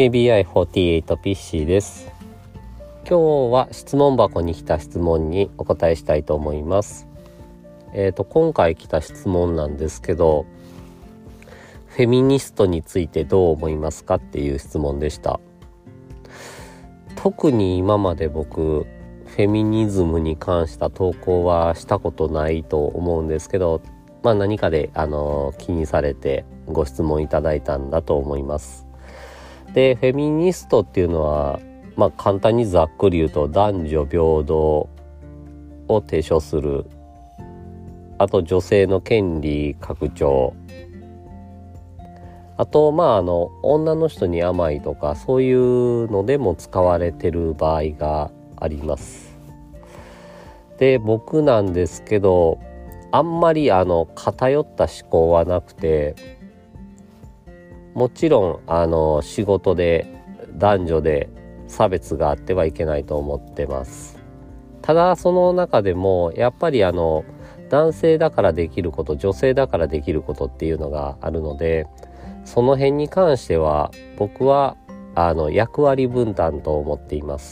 KBI48 ピッシーです。今日は質問箱に来た質問にお答えしたいと思います。今回来た質問なんですけど、フェミニストについてどう思いますかっていう質問でした。特に今まで僕フェミニズムに関した投稿はしたことないと思うんですけど、何かで気にされてご質問いただいたんだと思います。で、フェミニストっていうのは簡単にざっくり言うと男女平等を提唱する、あと女性の権利拡張、あと女の人に甘いとかそういうのでも使われてる場合があります。で、僕なんですけどあんまり偏った思考はなくて、もちろん仕事で男女で差別があってはいけないと思ってます。ただその中でもやっぱり男性だからできること、女性だからできることっていうのがあるので、その辺に関しては僕は役割分担と思っています。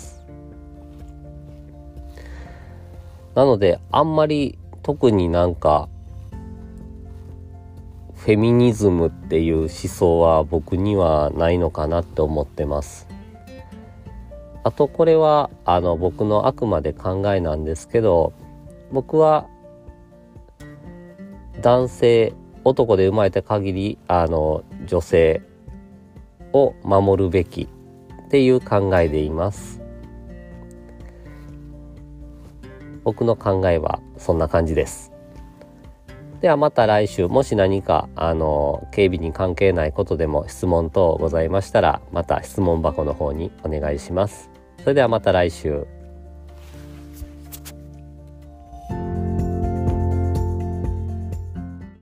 なのであんまり特にフェミニズムっていう思想は僕にはないのかなって思ってます。あとこれは僕のあくまで考えなんですけど、僕は男で生まれた限り女性を守るべきっていう考えでいます。僕の考えはそんな感じです。ではまた来週、もし何か警備に関係ないことでも質問等ございましたら、また質問箱の方にお願いします。それではまた来週。